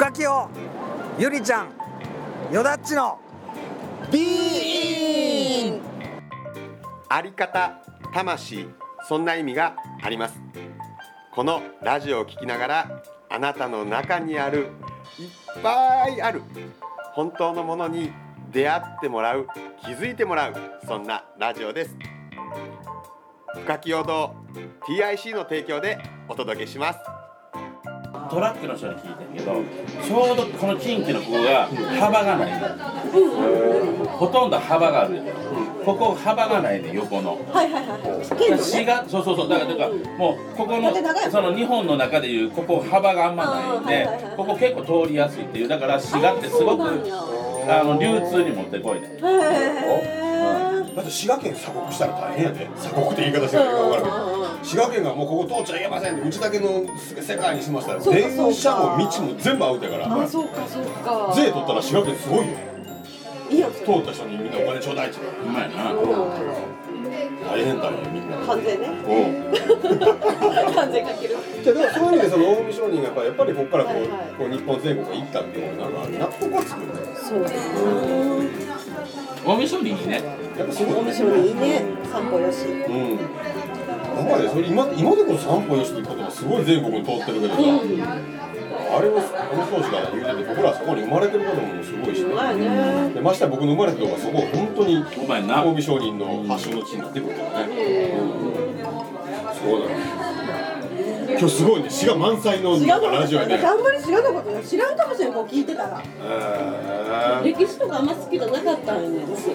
深きよゆりちゃんよだっちのビーンあり方、魂、そんな意味があります。このラジオを聞きながら、あなたの中にあるいっぱいある本当のものに出会ってもらう、気づいてもらう、そんなラジオです。深き陽堂 TIC の提供でお届けします。 トラックの人に聞いたんやけど、ちょうどこの近畿のここが幅がないの、ほとんど幅がある、ここ幅がないね、横の。 はいはいはい。 市がそうだからもうここのその日本の中でいうここ幅があんまないんで、ここ結構通りやすいっていう、だから滋賀ってすごく流通に持ってこいね。 だって滋賀県鎖国したら大変やで。鎖国って言い方してるか分からんけど、滋賀県がもうここ通っちゃいけませんって、うちだけの世界にしましたら、電車も道も全部アウトやから。 あ、そうかそうか。 税取ったら滋賀県すごいよ。 いいよ。 通った人にみんなお金ちょうだいって。 うまいな。 大変だねみんな。 関税ね。関税かける。 じゃでもそういう意味でその近江商人がやっぱりここからこう日本全国行ったっていうのが納得はつくんだよ。 そうだね。 近江商人いいね。 やっぱすごい。 面白いいいね。散歩よし。 なんかね、それ今でこそ散歩よしって言葉すごい全国に通ってるけどさ、あれをあの当時から言うてて、僕らそこに生まれてることもすごいしね。でましてや僕の生まれたとこがそこ本当に近江商人の発祥の地になってくるからね。そうだね。今日すごいね、滋賀満載のラジオやね。 あんまり滋賀のこと知らんかもしれん、こう聞いてたら。歴史とかあんま好きじゃなかったんですよ。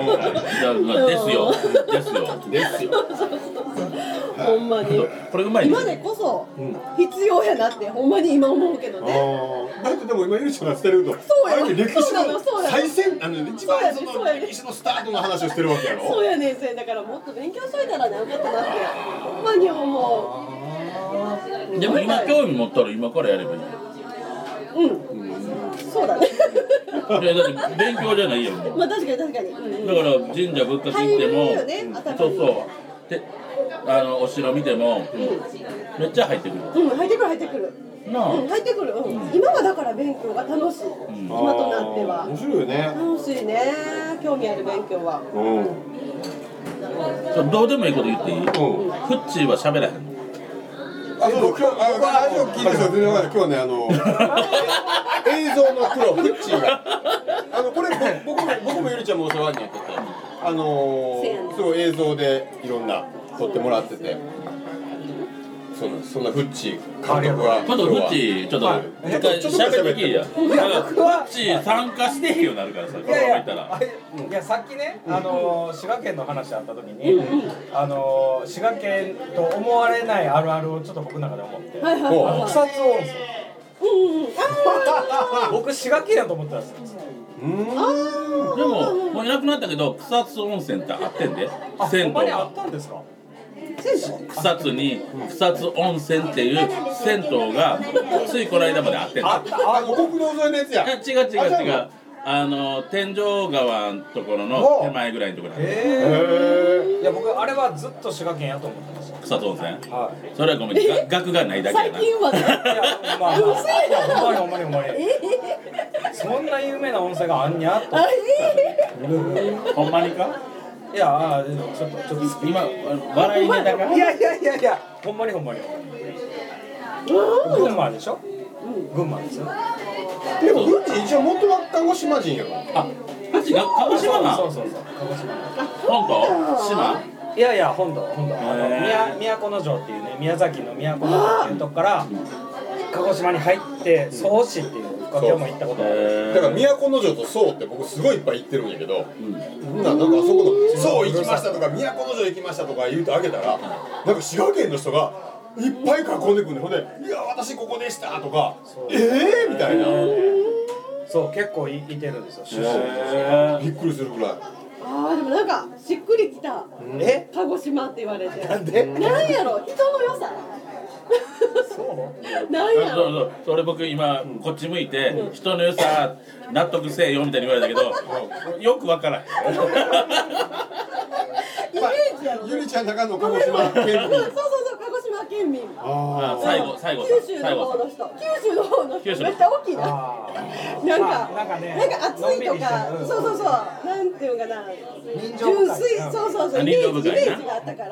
ですよ。 ほんまに。 これうまいね。 今でこそ必要やなってほんまに今思うけどね。 だってでも今ゆりちゃんがしてると、あれ歴史の最先端の一番その歴史のスタートの話をしてるわけやろ。 そうやねん、それだからもっと勉強しといたらね、よかったなってほんまに思う。 でも今興味持ったら今からやればいい。 そうだね。 いやだって勉強じゃないよ。 まあ確かに。 だから神社仏閣行っても、そうでお城見てもめっちゃ入ってくる。 入ってくる。入ってくる。今はだから勉強が楽しい。今となっては。 面白いよね。 楽しいね。興味ある勉強は。 どうでもいいこと言っていい？フッチーは喋らへん。 今日ラジオ聞いてる人全然わかんない。今日ね映像のプロフッチーがこれ僕もゆりちゃんもお世話になってて、すごい映像でいろんな撮ってもらってて、そんなフッチー監督がちょっとフッチーちょっと喋ってきいや。フッチー参加してへんようになるからさ、このままいったら。 いやさっきね、滋賀県の話あった時に、滋賀県と思われないあるあるをちょっと僕の中で思って、草津温泉。僕滋賀県やと思ってたんですよ。 でももういなくなったけど、草津温泉ってあってんで、銭湯他にあが。 ったんですか？ 草津に草津温泉っていう銭湯がついこの間まであってんの。 国道沿いのやつや。 違う。天井川のところの手前ぐらいのところにある。 いや僕あれはずっと滋賀県やと思ってました。 草津温泉。それはごめん、額がないだけやな。 最近はね。 ほんまに。そんな有名な温泉があんにゃと。 ほんまにか？ いやちょっと今笑いネタか？ いやほんまに。群馬でしょ？群馬ですよ。 でもフッチー一応元は鹿児島人やろ。 フッチー鹿児島な。 そう鹿児島。 本島？島？ いや本土。都城っていうね、宮崎の都城っていうとこから鹿児島に入って曽於市っていう深きも行ったことある。 だから都城と宋って僕すごいいっぱい行ってるんやけど、なんかあそこの宋行きましたとか都城行きましたとか言うとあげたら、なんか滋賀県の人がいっぱい囲んでくるんで、ほんで「いや私ここでした」とか「みたいな。 そう結構いてるんですよ。 びっくりするぐらい。 でもなんかしっくりきた。鹿児島って言われて。 なんで？ なんやろ、人の良さ。なんやろ。 それ僕今こっち向いて人の良さ納得せえよみたいに言われたけど、よくわからん。 イメージやろ。 ゆりちゃん中の鹿児島県民。 そう鹿児島県県民。 最後九州の方の人。九州の方の人めっちゃ大きいな。なんか暑いとか、そうなんていうかな。純粋、そうイメージがあったから。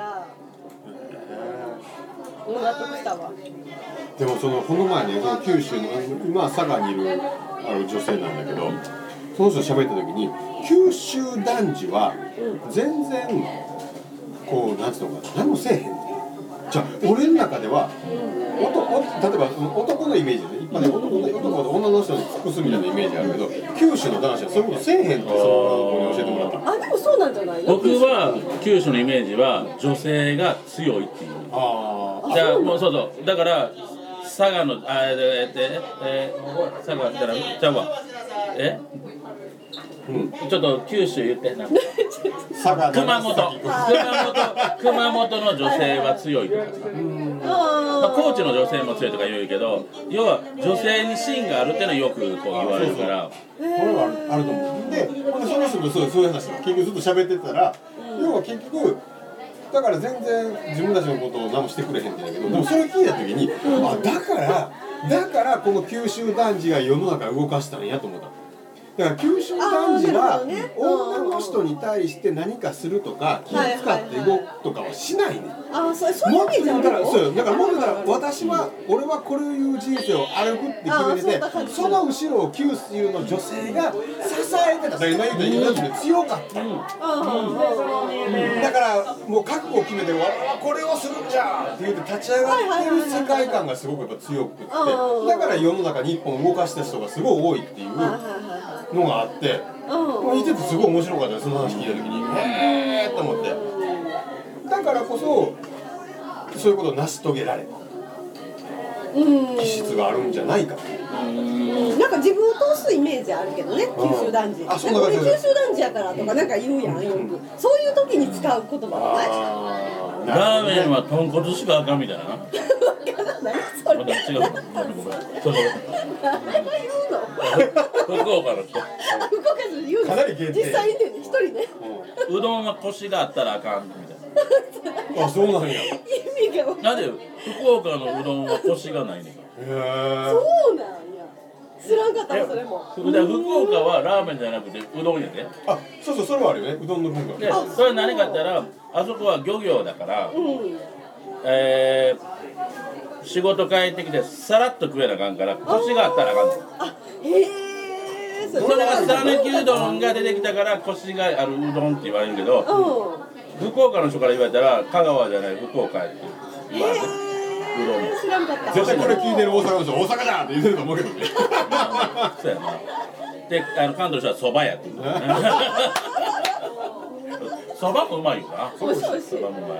納得したわ。 でもこの前ね、その九州の今は佐賀にいる女性なんだけど、その人喋った時に九州男児は全然こうなんつうのかな、何もせえへんねん。じゃあ俺の中では例えば男のイメージで一般で男と女の人に尽くすみたいなイメージがあるけど、九州の男子はそういうことせえへんってその子に教えてもらった。 あ、でもそうなんじゃないの？ 僕は九州のイメージは女性が強いっていう。じゃあもうそうだから佐賀の佐賀ったらちゃうわちょっと九州言ってな熊本の女性は強いとかさ、高知の女性も強いとか言うけど、要は女性に芯があるっていうのはよくこう言われるから、 これはあると思う。でその人とそういう話結局ずっと喋ってたら、要は結局だから全然自分たちのことを何もしてくれへんって言うんだけど、でもそれ聞いた時に、だからこの九州男児が世の中を動かしたんやと思った。だから九州男児は女の人に対して何かするとか気を使って動くとかはしないね。 そういう意味じゃないの？ そうだからもっと言ったら俺はこういう人生を歩くって決めてて、その後ろを九州の女性が支えてた。今言ったように強かった。だからもう覚悟を決めてこれをするんじゃって言って立ち上がってる世界観がすごくやっぱ強くって、だから世の中に一本動かした人がすごい多いっていうのがあって、見ててすごい面白かったよ、その話聞いた時に。へーと思って。だからこそそういうことを成し遂げられた気質があるんじゃないかと。 なんか自分を通すイメージあるけどね、九州男児。なんか俺九州男児やからとかなんか言うやん、よく。そういう時に使う言葉ない？ラーメンは豚骨しかあかんみたいな。 何それ？ 違う。誰が言うの？福岡の人。 福岡の人言うの？ かなり限定。 実際いてね、一人ね。 うどんはコシがあったらあかんみたいな。そうなんや。 意味が分かんない。 なんで福岡のうどんはコシがないねんか。 そうなんや。知らんかったわ、それも。 福岡はラーメンじゃなくてうどんやで。 そうそれはあるよね、うどんの文化。 でそれは何かって言ったら、あそこは漁業だから、仕事帰ってきてさらっと食えなあかんからコシがあったらあかんねん。それは讃岐うどんが出てきたからコシがあるうどんって言われるけど、福岡の人から言われたら香川じゃない福岡って言われて。 知らんかった。 絶対これ聞いてる大阪の人大阪だって言ってると思うけどね。 そうやな。で関東の人はそばやって言う。そばもうまいよな。 おいしい。 そばもうまい。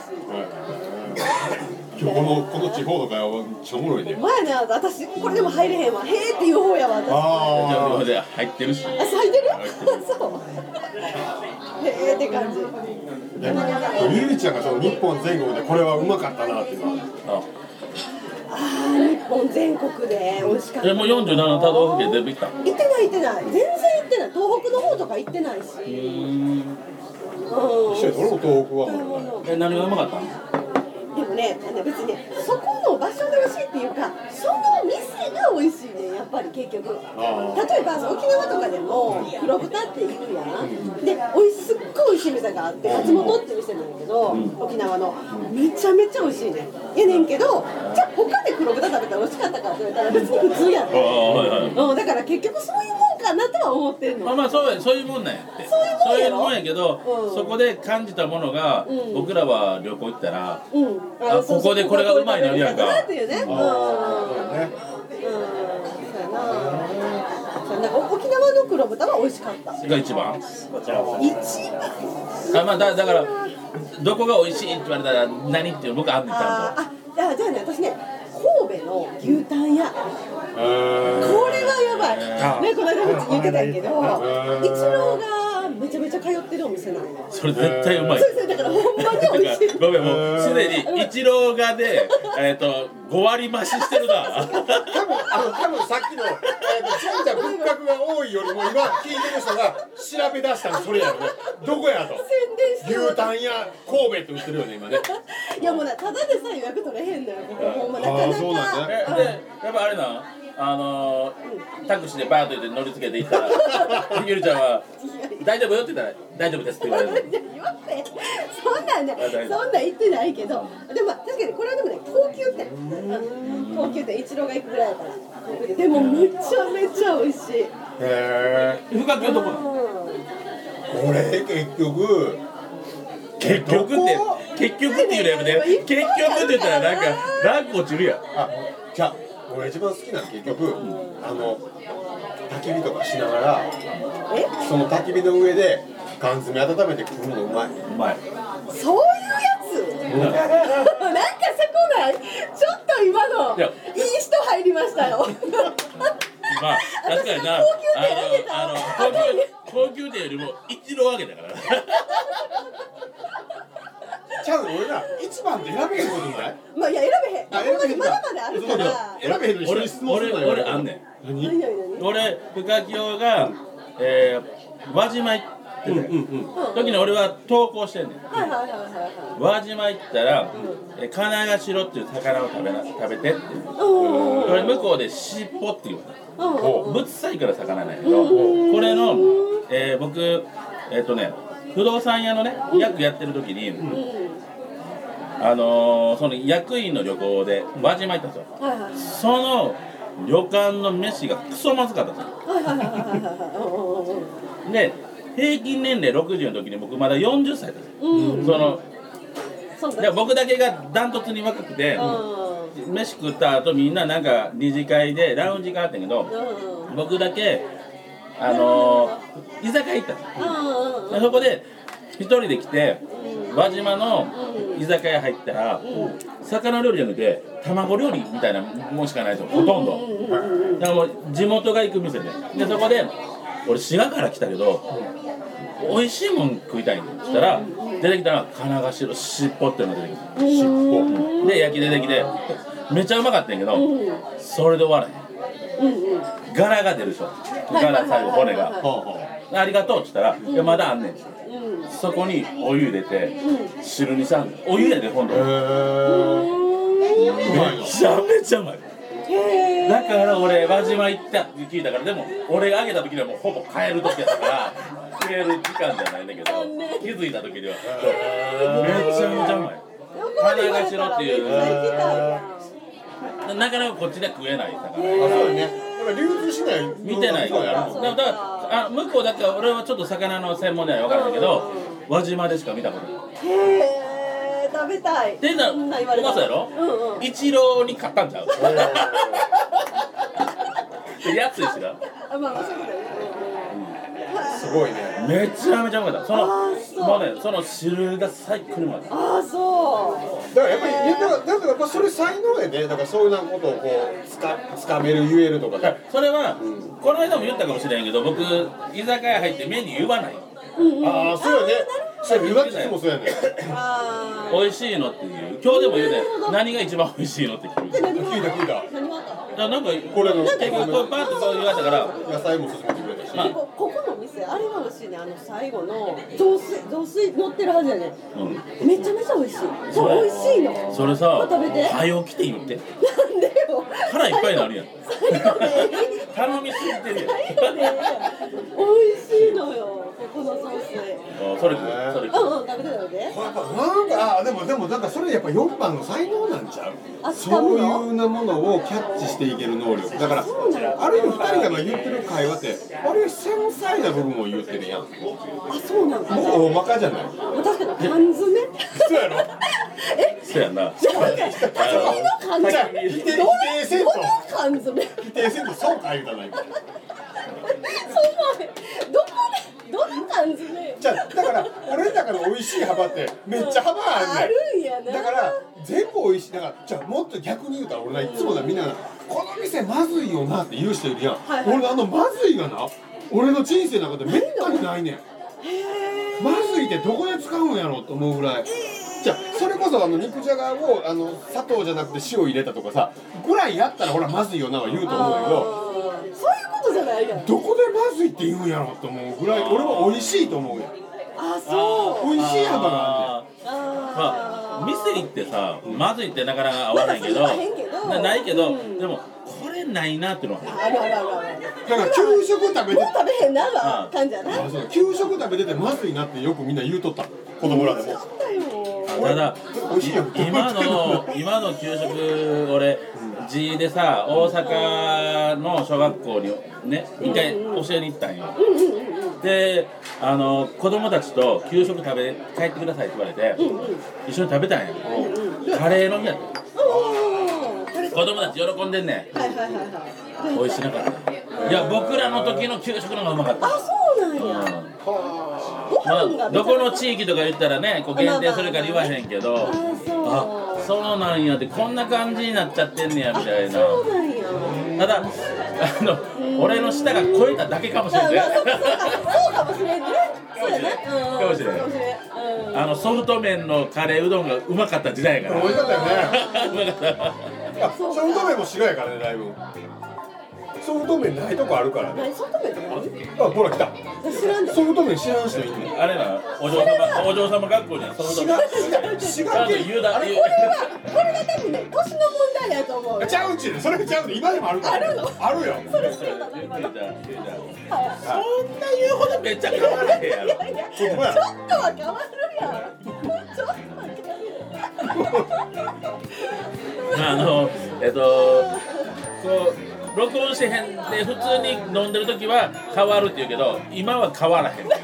今日この地方の会話めっちゃおもろいね。 前ね、私これでも入れへんわ。へーっていう方やわ。 私。じゃあ入ってるし。 入ってる？そう。へーって感じ。 ゆりちゃんがその日本全国でこれはうまかったなっていうのは。 日本全国で美味しかった。 もう47都道府県全部行った？ 行ってない。全然行ってない。東北の方とか行ってないし。 俺も東北は。 何がうまかったの？ でもね、別にね、そこの場所で美味しいっていうか、その店が美味しいね、やっぱり結局。例えば沖縄とかでも黒豚っているやん。ですっごい美味しい店があって、松本っていう店なんだけど、沖縄のめちゃめちゃ美味しいね。やねんけど、じゃあ他で黒豚食べたら美味しかったかって言われたら別に普通やん。だから結局そういうもんかなとは思ってるの。 まあそういうもんなんやって。そういうもんやけど、そこで感じたものが、僕らは旅行行ったら。ここでこれがうまいのやんか。 っていうね。そうやな。沖縄の黒豚は美味しかった。 が一番。だからどこが美味しいって言われたら何っていう僕はあんねんちゃんと。 じゃあね、私ね、神戸の牛タン屋。これはやばい。ね、この間言ってたけど、一郎がめちゃめちゃ通ってるお店なの。 それ絶対うまい。 そうだからほんまに美味しい。 ごめん、もうすでに一郎がで5割増ししてるな。 多分さっきの神社仏閣が多いよりも今聞いてる人が調べ出したのそれやろね。どこやと。 宣伝し牛タン屋神戸って売ってるよね今ね。 いやもうただでさえ予約取れへんのよここほんまなかなか。 そうなんでやっぱあれなタクシーでバーッと言って乗りつけて行ったらゆりちゃんは大丈夫って言ったら大丈夫ですって言われる。 言ってそんなんねそんなん言ってないけどでも確かにこれはでもね高級店高級店イチローが行くぐらいだからでもめちゃめちゃ美味しい。 深くどこなの？ 俺結局っていうレベルで結局って言ったらなんかランク落ちるやん。じゃあ俺一番好きなの結局焚き火とかしながらその焚き火の上で缶詰温めて食うのうまい。 うまい。 そういうやつ、なんかせこない。ちょっと今のいい人入りましたよ。 まあ確かにな高級店よりも一郎上げたからちゃうの俺ら一番って選べへんことない？ まあいや選べへん。まだまだあるから。 選べへんのに一緒に質問するのよ。 俺あんねん。 何？ 俺深清が輪島行ってる時に俺は投稿してんねん。輪島行ったらカナガシロっていう魚を食べてって。これ向こうで尻尾っていうぶっさいから魚なんやけど、これの僕不動産屋のね役やってる時にその役員の旅行で輪島行ったんですよ。その旅館の飯がクソまずかったんですよ。で平均年齢60の時に僕まだ40歳だったんです。で僕だけがダントツに若くて飯食った後みんななんか二次会でラウンジがあったんやけど僕だけ居酒屋行ったんです。そこで一人で来て輪島の居酒屋入ったら魚料理じゃなくて卵料理みたいなもんしかないですよほとんど。だからもう地元が行く店でそこで俺滋賀から来たけど美味しいもん食いたいんって言ったら出てきたのはカナガシロ尻尾っていうのが出てきた。尻尾で焼き出てきてめっちゃうまかったんやけどそれで終わらへん。柄が出るでしょ。柄最後骨がありがとうって言ったらいやまだあんねん。そこにお湯入れて汁にさお湯やで今度めちゃめちゃうまい。だから俺輪島行ったって聞いたからでも俺があげた時にはもうほぼ帰る時やったから帰る時間じゃないんだけど気づいた時にはめちゃめちゃうまい。カナガシロっていうなかなかこっちで食えない魚。 そうね。流通しない見てないからだから向こうだけは俺はちょっと魚の専門では分からないけど輪島でしか見たことない。 へえ食べたい。 でうまそうやろ。一郎に買ったんちゃう。安いしな。 すごいね。 めちゃめちゃうまかった。もうねその汁が最高にうまかった。 ああそうだからやっぱりなんかやっぱそれ才能やね。だからそういうことをこうつかめる言えるとかね。 それはこの間も言ったかもしれんけど僕居酒屋入ってメニュー言わない。 ああそうよね。それ岩木もそうやね。 美味しいのっていう今日でも言うね何が一番美味しいのって聞いた。 聞いた。 なんかこれの結構これパッとそう言われたから野菜も勧めてくれたし。 ここの店あれが美味しいね。最後の雑炊乗ってるはずやね。めちゃめちゃ美味しい。そう美味しいの。 それさ食べて。 早起きて言って。 なんでよ。 腹いっぱいになるやん。 最後で。 頼みすぎてるやん。 美味しいのよ。ここの雑炊。 それ食べて。 食べて。 なんかでもなんかそれやっぱ4番の才能なんちゃう。そういうなものをキャッチしていける能力だからある意味2人が言ってる会話ってあれ繊細な部分を言ってるやん。 あそうなんだ。 もう大まかじゃない。 確かに缶詰。 そうやろ。 そうやな。 どの缶詰。 否定せんと缶詰。 否定せんとそうか言うたない。 そうどの缶詰。 じゃだから俺の中の美味しい幅ってめっちゃ幅あるねん。 あるんやな。 だから全部美味しい。だからじゃあもっと逆に言うたら俺いつもみんなこの店まずいよなって言う人いるやん。俺まずいがな俺の人生の中でめったにないねん。まずいってどこで使うんやろうと思うぐらい。じゃあそれこそ肉じゃがを砂糖じゃなくて塩入れたとかさぐらいやったらほらまずいよなは言うと思うんだけどそういうことじゃないからどこでまずいって言うんやろうと思うぐらい俺は美味しいと思うやん。 あ、そう。 美味しいハンバーガーあまあ店行ってさ、まずいってなかなか合わないけど、ないけど、でもこれないなっていうのはあるあるあるある。 だから給食食べて、 もう食べへんなわ感じやな。 給食食べててまずいなってよくみんな言うとった。子供らでも。 ただ今の給食俺Gでさ大阪の小学校にね一回教えに行ったんよ。で子供たちと給食食べ帰ってくださいって言われて一緒に食べたんや。カレーの日やった。子供たち喜んでんねん。美味しなかった。いや僕らの時の給食の方がうまかった。 あ、そうなんや。 まあ、どこの地域とか言ったらねこう限定するから言わへんけど、あ、そうなんやってこんな感じになっちゃってんねやみたいな。 そうなんや。 ただ俺の舌が超えただけかもしれない。 そうかもしれんね。そうやね。 かもしれない。ソフト麺のカレーうどんがうまかった時代やから。 美味しかったよね。 うまかった。 ソフト麺も白やからねだいぶ。ソフト麺ないとこあるからね。 ソフト麺って何？ あ、ほら来た。 知らんで。 ソフト麺知らん人いんの？ あれな、お嬢様学校にはソフト麺。 滋賀県。 これが多分ね、年の問題やと思う。 ちゃうち、それがちゃうで今でもあるから。あるよ。 それ知らなかった。 そんな言うほどめっちゃ変わらへんやろ。 ちょっとは変わるやん。ちょっとは変わる。 こう録音してへんで普通に飲んでる時は変わるって言うけど今は変わらへん。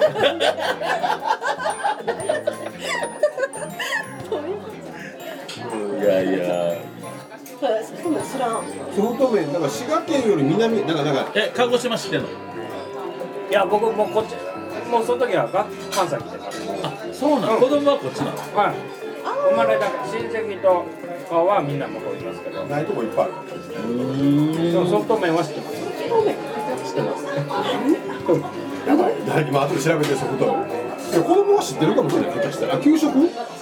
いやいや。 知らん。 ソフト麺なんか滋賀県より南なんか鹿児島知ってんの？ いや僕もこっちもうその時は関西来てた。 あ、そうなの。子供はこっちなの。 はい。生まれた親戚とかはみんな向こういますけど。 ないとこいっぱいある。 ソフト麺は知ってます。知ってます。 やばい。今後で調べてソフト麺。いや子供は知ってるかもしれない。下手したら給食？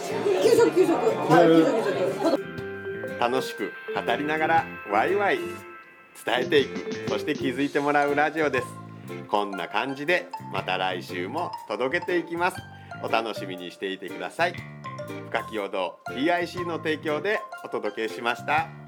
楽しく語りながらワイワイ伝えていく、そして気づいてもらうラジオです。こんな感じでまた来週も届けていきます。お楽しみにしていてください。深き陽道 TIC の提供でお届けしました。